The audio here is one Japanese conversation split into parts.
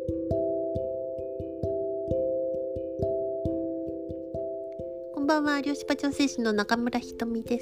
こんばんは、漁師場調整士の中村ひとみです。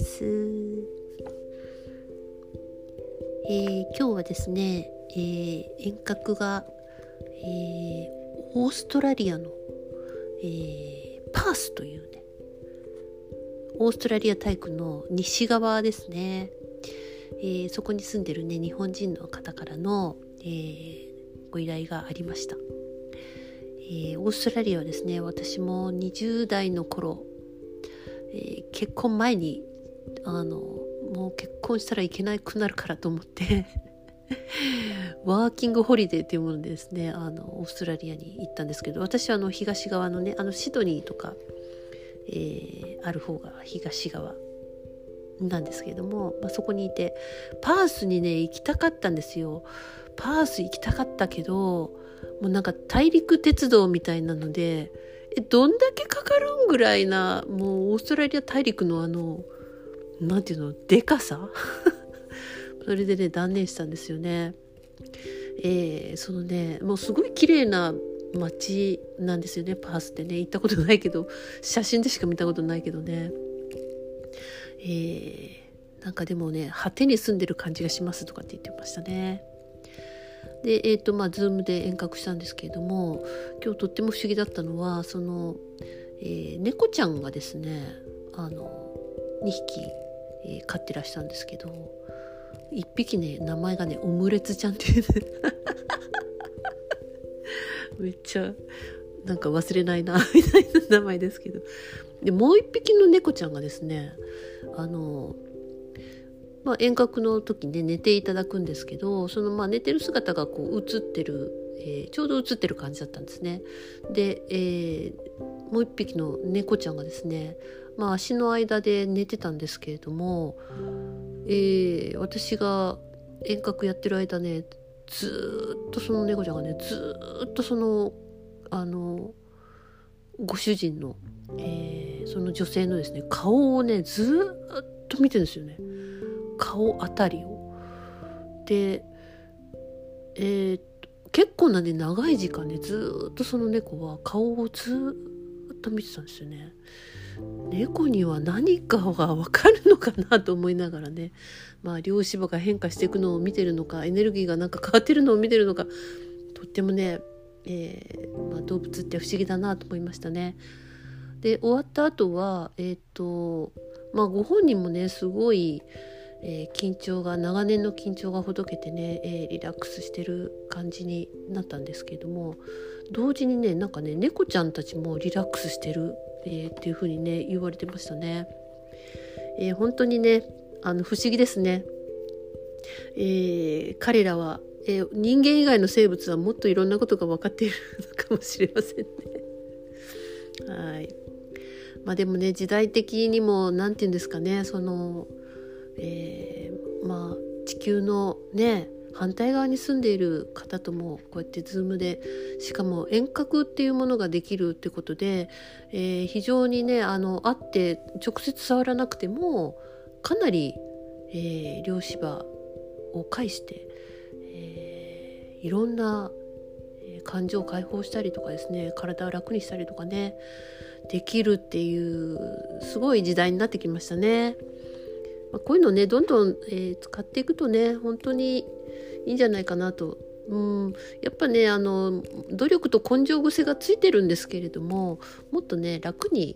今日はですね、遠隔が、オーストラリアの、パースというね、オーストラリア大陸の西側ですね、そこに住んでるね日本人の方からの、ご依頼がありました。オーストラリアはですね、私も20代の頃、結婚前にもう結婚したらいけなくなるからと思ってワーキングホリデーというものでですね、オーストラリアに行ったんですけど、私は東側のね、シドニーとか、ある方が東側なんですけれども、そこにいてパースにね行きたかったんですよ。パース行きたかったけど、もうなんか大陸鉄道みたいなのでどんだけかかるんぐらいな、もうオーストラリア大陸のなんていうの、でかさそれでね断念したんですよね。そのね、もうすごい綺麗な街なんですよね、パースってね。行ったことないけど、写真でしか見たことないけどね、なんかでもね、果てに住んでる感じがしますとかって言ってましたね。で、ズームで遠隔したんですけれども、今日とっても不思議だったのは、その、猫ちゃんがですね、2匹、飼ってらしたんですけど、1匹ね、名前がね、オムレツちゃんっていうねめっちゃなんか忘れないなみたいな名前ですけど、でもう1匹の猫ちゃんがですね、遠隔の時にね寝ていただくんですけど、その寝てる姿がこう映ってる、ちょうど映ってる感じだったんですね。で、もう一匹の猫ちゃんがですね、足の間で寝てたんですけれども、私が遠隔やってる間ね、ずっとその猫ちゃんがね、ずっとそのご主人の、その女性のですね顔をねずっと見てるんですよね、顔あたりを。で、結構なね長い時間ね、ずっとその猫は顔をずっと見てたんですよね。猫には何かが分かるのかなと思いながらね、量子場が変化していくのを見てるのか、エネルギーがなんか変わってるのを見てるのか、とってもね、動物って不思議だなと思いましたね。で、終わった後はご本人もねすごい、緊張が、長年の緊張がほどけてね、リラックスしてる感じになったんですけれども、同時にね、なんかね、猫ちゃんたちもリラックスしてる、っていう風にね言われてましたね。本当にね不思議ですね。彼らは、人間以外の生物はもっといろんなことが分かっているのかもしれませんね。はい。でもね、時代的にもなんていうんですかね、その、地球のね反対側に住んでいる方ともこうやってズームで、しかも遠隔っていうものができるってことで、非常にね会って直接触らなくてもかなり、量子場を介して、いろんな感情を解放したりとかですね、体を楽にしたりとかねできるっていうすごい時代になってきましたね。こういうのねどんどん、使っていくとね本当にいいんじゃないかなと。やっぱね努力と根性癖がついてるんですけれども、もっとね楽に、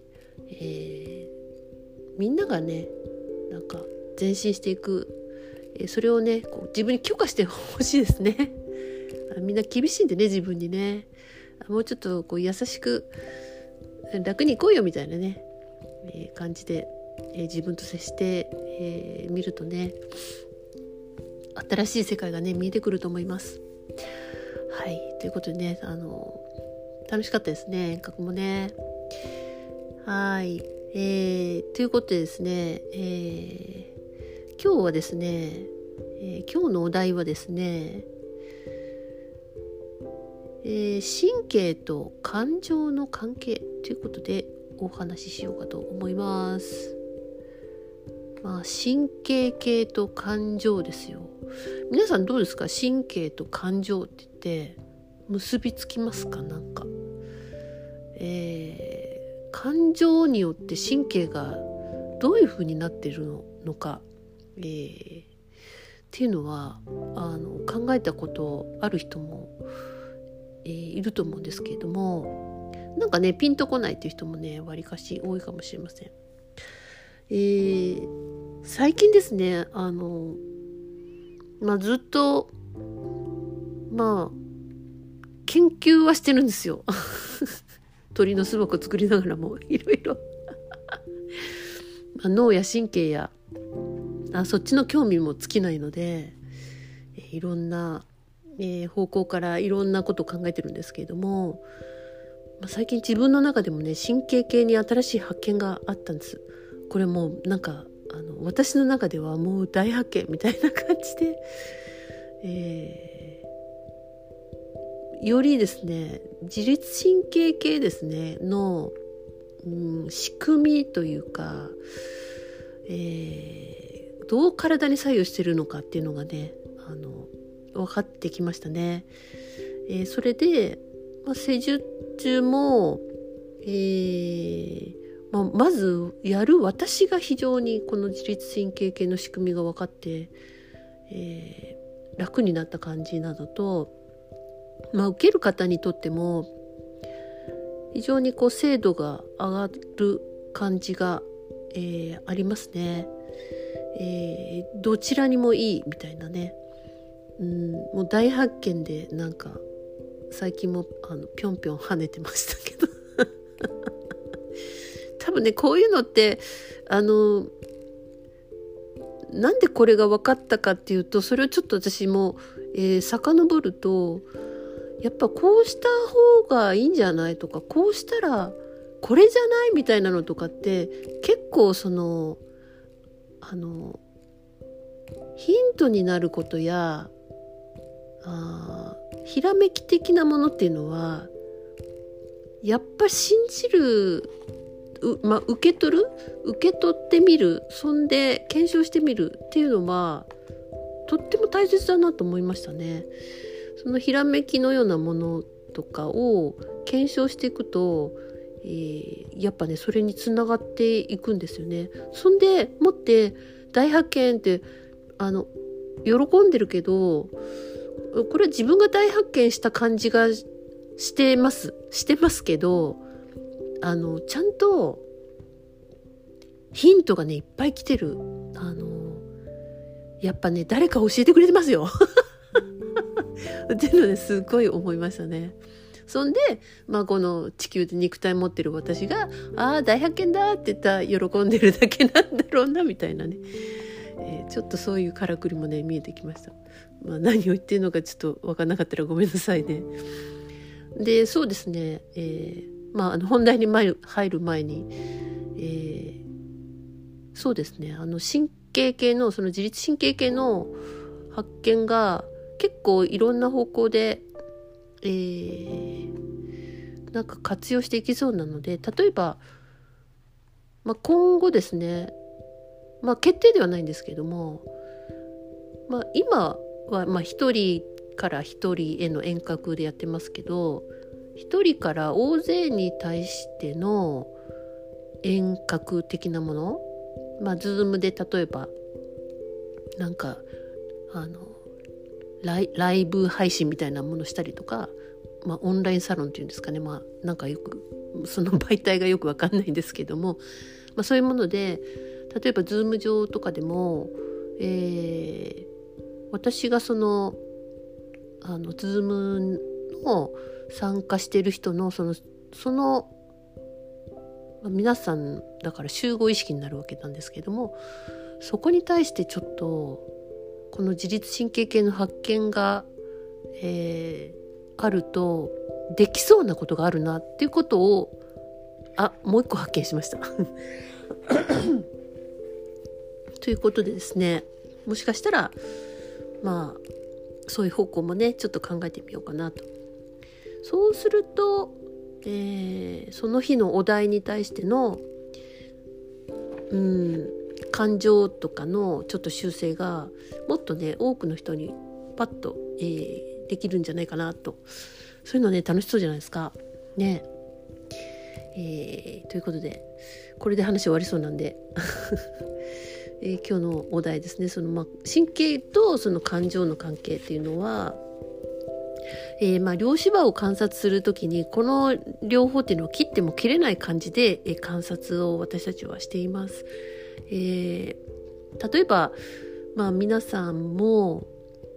みんながねなんか前進していく、それをねこう自分に許可してほしいですね。みんな厳しいんでね、自分にねもうちょっとこう優しく楽にいこうよみたいなね、感じで、自分と接して、見るとね新しい世界がね見えてくると思います。はい、ということでね楽しかったですね、遠隔もね。はい、ということでですね、今日はですね、今日のお題はですね、神経と感情の関係ということでお話ししようかと思います。神経系と感情ですよ。皆さんどうですか？神経と感情って言って結びつきますか？なんか、感情によって神経がどういう風になっているのか、っていうのは考えたことある人も、いると思うんですけれども、なんかねピンとこないっていう人もねわりかし多いかもしれません。最近ですねずっと研究はしてるんですよ鳥の巣箱作りながらもいろいろ脳や神経やそっちの興味も尽きないので、いろんな、方向からいろんなことを考えてるんですけれども、最近自分の中でもね神経系に新しい発見があったんです。これもうなんか私の中ではもう大発見みたいな感じで、よりですね自律神経系ですねの、仕組みというか、どう体に左右しているのかっていうのがね分かってきましたね。それで、施術も、まずやる私が非常にこの自律神経系の仕組みが分かって、楽になった感じなどと、受ける方にとっても非常に精度が上がる感じが、ありますね。どちらにもいいみたいなね、もう大発見でなんか最近もぴょんぴょん跳ねてましたけど多分ねこういうのってなんでこれが分かったかっていうと、それをちょっと私も、遡るとやっぱこうした方がいいんじゃないとか、こうしたらこれじゃないみたいなのとかって結構ヒントになることやひらめき的なものっていうのはやっぱ信じる、受け取ってみる、そんで検証してみるっていうのはとっても大切だなと思いましたね。そのひらめきのようなものとかを検証していくと、やっぱねそれにつながっていくんですよね。そんでもって大発見って喜んでるけど、これは自分が大発見した感じがしてますけど、ちゃんとヒントがねいっぱい来てる。やっぱね誰か教えてくれてますよっていうのですごい思いましたね。そんで、この地球で肉体持ってる私が大発見だって言ったら喜んでるだけなんだろうなみたいなね、ちょっとそういうからくりもね見えてきました。何を言ってるのかちょっと分からなかったらごめんなさいね。でそうですね、本題に入る前に、そうですね神経系のその自律神経系の発見が結構いろんな方向で、なんか活用していきそうなので、例えば、今後ですね、決定ではないんですけども、今は一人から一人への遠隔でやってますけど、一人から大勢に対しての遠隔的なもの、Zoom で例えばなんかライブ配信みたいなものしたりとか、オンラインサロンっていうんですかね、なんかよくその媒体がよく分かんないんですけども、そういうもので例えば Zoom 上とかでも、私がそのZoom の参加している人のその皆さんだから集合意識になるわけなんですけども、そこに対してちょっとこの自律神経系の発見が、あるとできそうなことがあるなっていうことをもう一個発見しましたということでですね、もしかしたらそういう方向もねちょっと考えてみようかなと。そうすると、その日のお題に対しての感情とかのちょっと修正がもっとね多くの人にパッと、できるんじゃないかなとそういうのね楽しそうじゃないですかね。ということでこれで話終わりそうなんで、今日のお題ですね。神経とその感情の関係っていうのは、量子場を観察するときにこの両方っていうのを切っても切れない感じで、観察を私たちはしています。例えば、皆さんも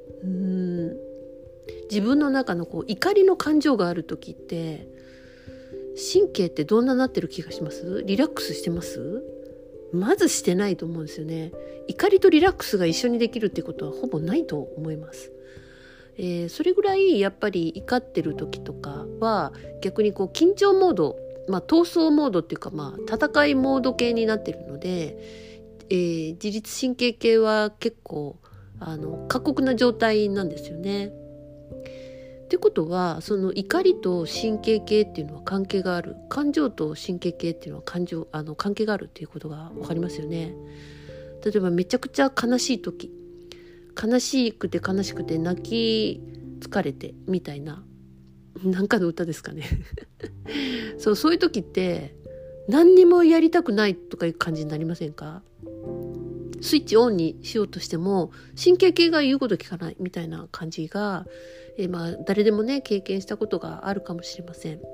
自分の中の怒りの感情があるときって神経ってどんななってる気がします？リラックスしてます？まずしてないと思うんですよね。怒りとリラックスが一緒にできるってことはほぼないと思います。それぐらいやっぱり怒ってる時とかは逆に緊張モード、闘争モードっていうか戦いモード系になってるので、自律神経系は結構過酷な状態なんですよね。ってことはその怒りと神経系っていうのは関係がある、感情と神経系っていうのは関係があるっていうことが分かりますよね。例えばめちゃくちゃ悲しい時、悲しくて泣き疲れてみたいな、なんかの歌ですかねそういう時って何にもやりたくないとかいう感じになりませんか？スイッチオンにしようとしても神経系が言うこと聞かないみたいな感じが、誰でもね経験したことがあるかもしれません。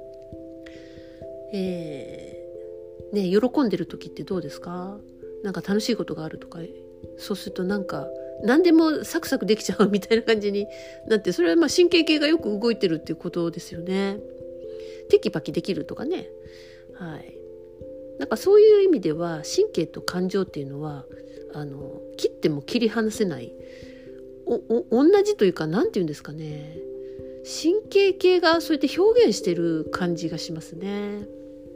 喜んでる時ってどうですか？なんか楽しいことがあるとか、そうするとなんか何でもサクサクできちゃうみたいな感じになって、それは神経系がよく動いてるっていうことですよね。テキパキできるとかね。はい。なんかそういう意味では神経と感情っていうのは切っても切り離せない同じというか、なんていうんですかね、神経系がそうやって表現してる感じがしますね。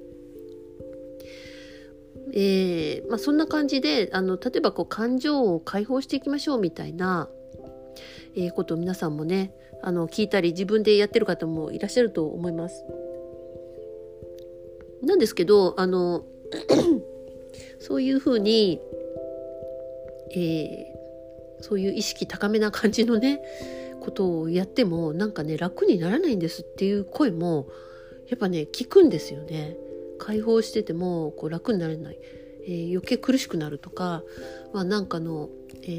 そんな感じで例えば感情を解放していきましょうみたいな、ことを皆さんもね聞いたり自分でやってる方もいらっしゃると思います。なんですけどそういうふうに、そういう意識高めな感じのねことをやってもなんかね楽にならないんですっていう声もやっぱね聞くんですよね。解放してても楽になれない、余計苦しくなるとか、なんかの、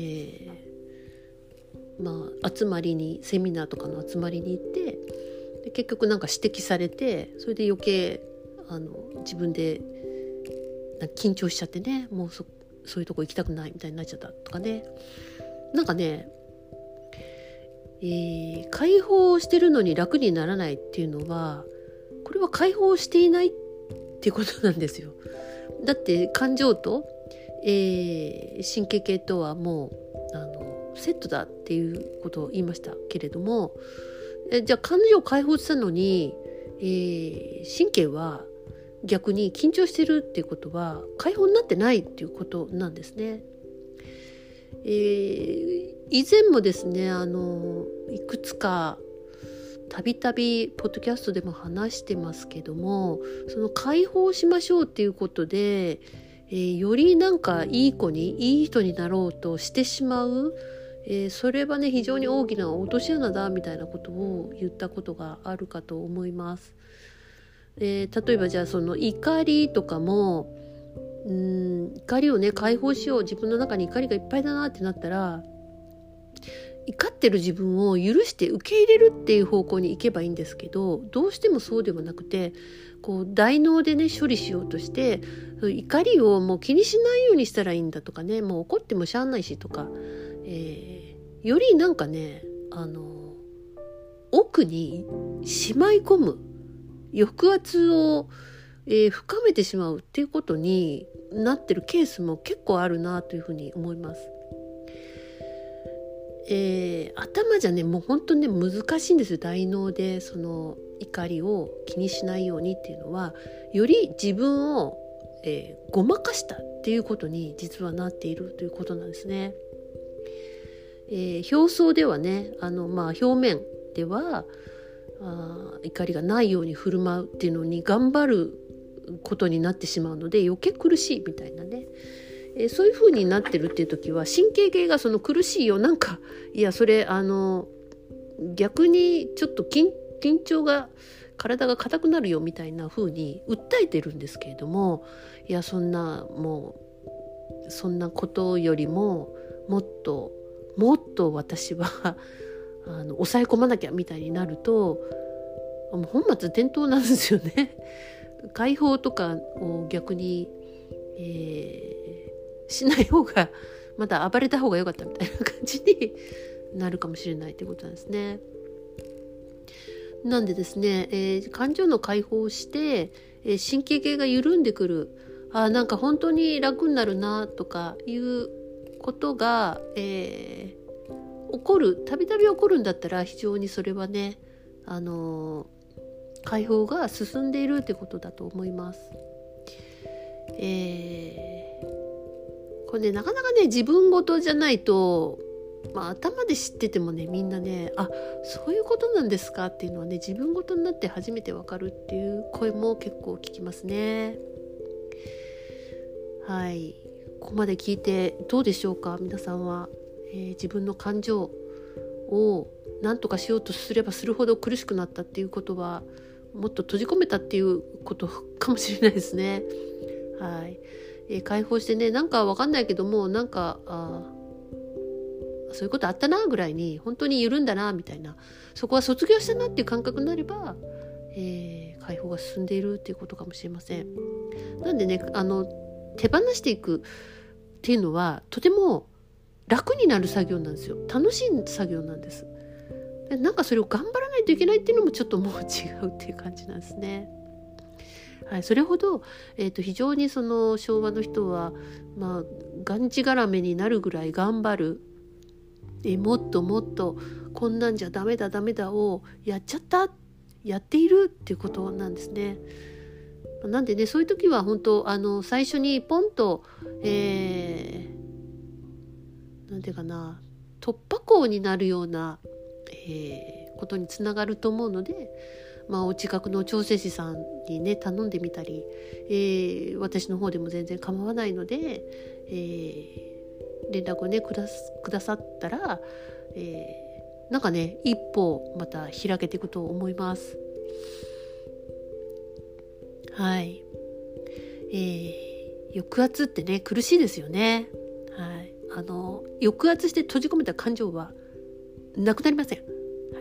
集まりにセミナーとかの集まりに行ってで結局なんか指摘されて、それで余計自分で緊張しちゃってね、もうそういうとこ行きたくないみたいになっちゃったとかね。なんかね、解放してるのに楽にならないっていうのはこれは解放していないっていうことなんですよ。だって感情と、神経系とはもうセットだっていうことを言いましたけれども、じゃあ感情を解放したのに、神経は逆に緊張してるっていうことは解放になってないっていうことなんですね。以前もですねいくつかたびたびポッドキャストでも話してますけども、その解放しましょうっていうことで、よりなんかいい人になろうとしてしまう、それはね非常に大きな落とし穴だみたいなことを言ったことがあるかと思います。例えばじゃあその怒りとかも怒りをね解放しよう、自分の中に怒りがいっぱいだなってなったら怒ってる自分を許して受け入れるっていう方向に行けばいいんですけど、どうしてもそうではなくて大脳でね処理しようとして怒りをもう気にしないようにしたらいいんだとかね、もう怒ってもしゃあないしとか、よりなんかね奥にしまい込む抑圧を、深めてしまうっていうことになってるケースも結構あるなというふうに思います。頭じゃねもう本当にね難しいんですよ。大脳でその怒りを気にしないようにっていうのはより自分を、ごまかしたっていうことに実はなっているということなんですね。表層ではね表面では怒りがないように振る舞うっていうのに頑張ることになってしまうので余計苦しいみたいなね、そういう風になってるっていう時は神経系がその苦しいよなんかいやそれ逆にちょっと緊緊張が体が硬くなるよみたいな風に訴えてるんですけれども、いやそんなことよりももっと私は抑え込まなきゃみたいになるともう本末転倒なんですよね。解放とかを逆に、しない方がまだ暴れた方が良かったみたいな感じになるかもしれないということなんですね。なんでですね、感情の解放をして、神経系が緩んでくる、なんか本当に楽になるなとかいうことが、起こる、たびたび起こるんだったら非常にそれはね、解放が進んでいるってことだと思います。これね、なかなかね自分事じゃないと、頭で知っててもねみんなねそういうことなんですかっていうのはね自分事になって初めてわかるっていう声も結構聞きますね。はい、ここまで聞いてどうでしょうか皆さんは、自分の感情を何とかしようとすればするほど苦しくなったっていうことはもっと閉じ込めたっていうことかもしれないですね。はい、解放してねなんかわかんないけどもなんかそういうことあったなぐらいに本当に緩んだなみたいな、そこは卒業したなっていう感覚になれば、解放が進んでいるっていうことかもしれません。なんでね手放していくっていうのはとても楽になる作業なんですよ。楽しい作業なんです。なんかそれを頑張らないといけないっていうのもちょっともう違うっていう感じなんですね。はい、それほど、非常にその昭和の人は、がんじがらめになるぐらい頑張る、もっともっとこんなんじゃダメだをやっているっていうことなんですね。なんでねそういう時は本当最初にポンと、なんていうかな突破口になるような、ことにつながると思うので、お近くの調整師さんにね頼んでみたり、私の方でも全然構わないので、連絡をねくださったら、なんかね一歩また開けていくと思います。はい、抑圧ってね苦しいですよね。はい、抑圧して閉じ込めた感情はなくなりません。はい、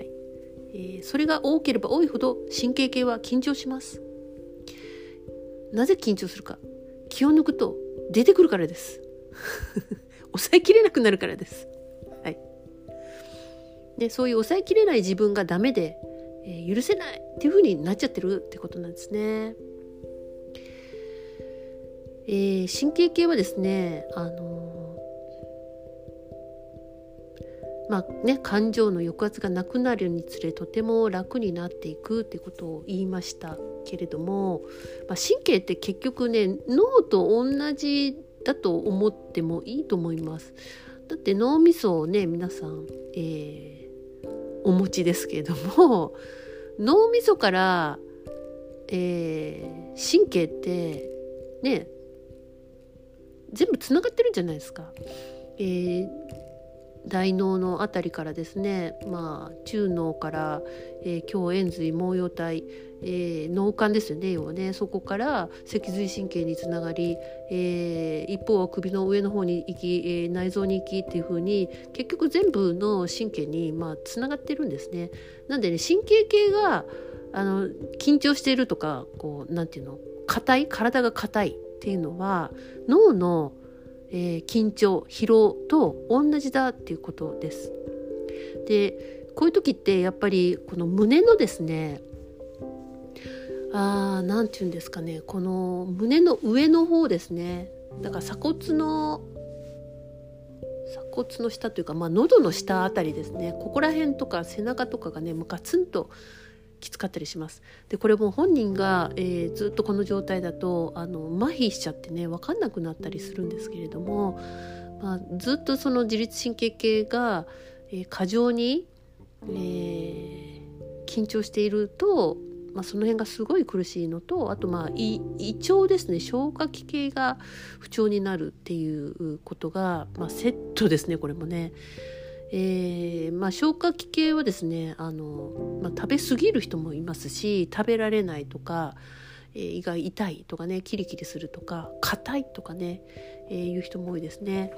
それが多ければ多いほど神経系は緊張します。なぜ緊張するか、気を抜くと出てくるからです抑えきれなくなるからです。はい、でそういう抑えきれない自分がダメで、許せないっていう風になっちゃってるってことなんですね。神経系はですね感情の抑圧がなくなるにつれとても楽になっていくってことを言いましたけれども、神経って結局ね脳と同じだと思ってもいいと思います。だって脳みそをね皆さん、お持ちですけれども脳みそから、神経ってね全部つながってるんじゃないですか。大脳のあたりからですね、中脳から、胸円髄毛様体、脳幹ですよね要はね、そこから脊髄神経につながり、一方は首の上の方に行き、内臓に行きっていう風に結局全部の神経につながってるんですね。なんでね神経系が緊張しているとかなんていうの体が硬いっていうのは脳の緊張疲労と同じだっていうことです。でこういう時ってやっぱりこの胸のですねなんていうんですかね、この胸の上の方ですね、だから鎖骨の下というか、喉の下あたりですね、ここら辺とか背中とかがねガツンときつかったりします。でこれも本人が、ずっとこの状態だと麻痺しちゃってね分かんなくなったりするんですけれども、ずっとその自律神経系が、過剰に、緊張していると、その辺がすごい苦しいのと、あと胃腸ですね、消化器系が不調になるっていうことが、セットですねこれもね。 消化器系はですね食べ過ぎる人もいますし、食べられないとか、胃が痛いとかね、キリキリするとか硬いとかね、いう人も多いですね。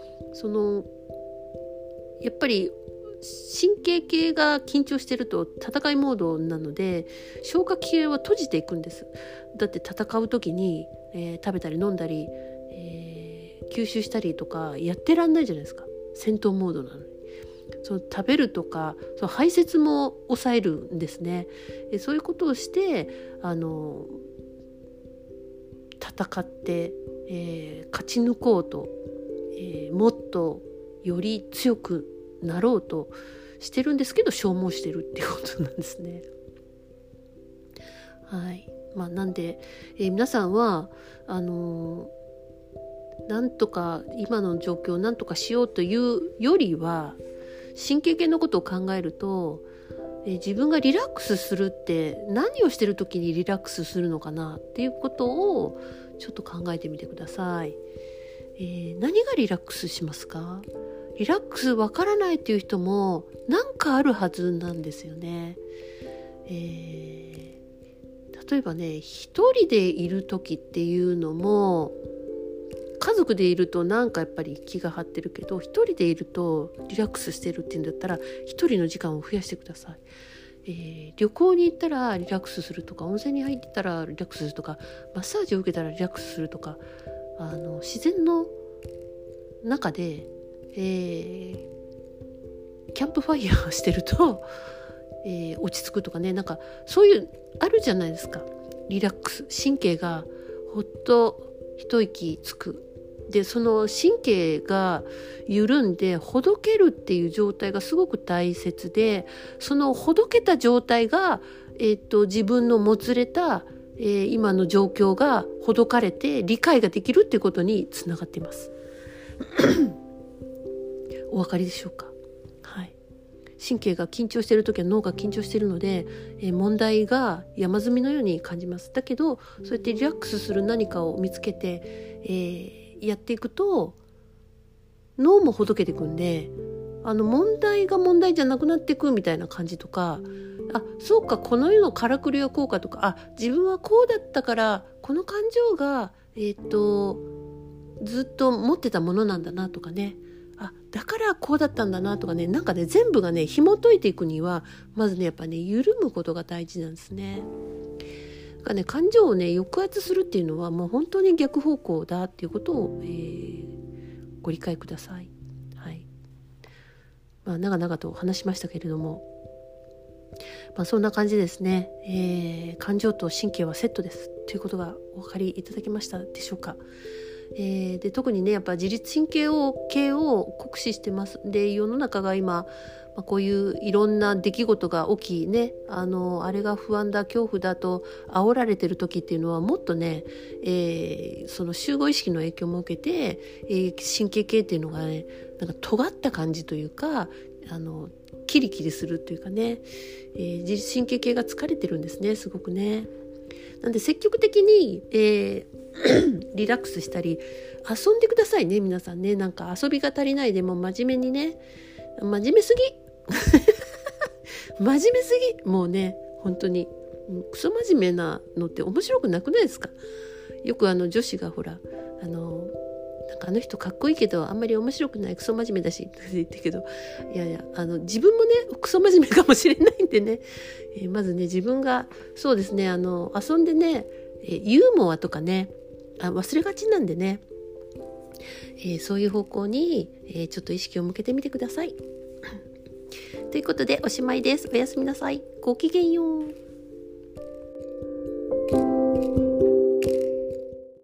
やっぱり神経系が緊張してると戦いモードなので、消化器系は閉じていくんです。だって戦う時に、食べたり飲んだり、吸収したりとかやってらんないじゃないですか、戦闘モードなのに。食べるとか排泄も抑えるんですね。そういうことをして戦って、勝ち抜こうと、もっとより強くなろうとしてるんですけど、消耗してるっていうことなんですね。はい。なんで、皆さんはなんとか今の状況をなんとかしようというよりは、神経系のことを考えると、自分がリラックスするって何をしてる時にリラックスするのかなっていうことをちょっと考えてみてください。何がリラックスしますか？リラックスわからないっていう人もなんかあるはずなんですよね。例えばね、一人でいる時っていうのも、家族でいるとなんかやっぱり気が張ってるけど、一人でいるとリラックスしてるっていうんだったら、一人の時間を増やしてください。旅行に行ったらリラックスするとか、温泉に入ってたらリラックスするとか、マッサージを受けたらリラックスするとか、自然の中で、キャンプファイヤーしてると、落ち着くとかね、なんかそういうあるじゃないですか。リラックス、神経がほっと一息つく。でその神経が緩んでほどけるっていう状態がすごく大切で、そのほどけた状態が、自分のもつれた、今の状況がほどかれて理解ができるっていうことにつながっていますお分かりでしょうか？はい。神経が緊張している時は脳が緊張しているので、問題が山積みのように感じます。だけどそうやってリラックスする何かを見つけて、やっていくと脳もほどけていくんで、問題が問題じゃなくなっていくみたいな感じとか、そうか、この世のからくりはこうかとか、自分はこうだったからこの感情が、ずっと持ってたものなんだなとかね、だからこうだったんだなとかね、なんかね、全部がね紐解いていくには、まずねやっぱね緩むことが大事なんですね。だからね、感情をね抑圧するっていうのはもう本当に逆方向だっていうことを、ご理解ください。はい。長々と話しましたけれども、そんな感じですね。感情と神経はセットですということがお分かりいただけましたでしょうか？で特にねやっぱ自律神経系を酷使してます。で世の中が今、こういういろんな出来事が起きね、あれが不安だ恐怖だと煽られてる時っていうのはもっとね、その集合意識の影響も受けて、神経系っていうのがねなんか尖った感じというか、キリキリするというかね、自律神経系が疲れてるんですね、すごくね。なんで積極的に、リラックスしたり遊んでくださいね、皆さんね。なんか遊びが足りないでも真面目にね、真面目すぎ真面目すぎ、もうね本当にクソ真面目なのって面白くなくないですか？よく女子がほらなんかあの人かっこいいけどあんまり面白くない、クソ真面目だしって言ってるけど、いや自分もねクソ真面目かもしれないんでね、まずね自分がそうですね、遊んでね、ユーモアとかね忘れがちなんでね、そういう方向に、ちょっと意識を向けてみてくださいということでおしまいです。おやすみなさい。ごきげんよう。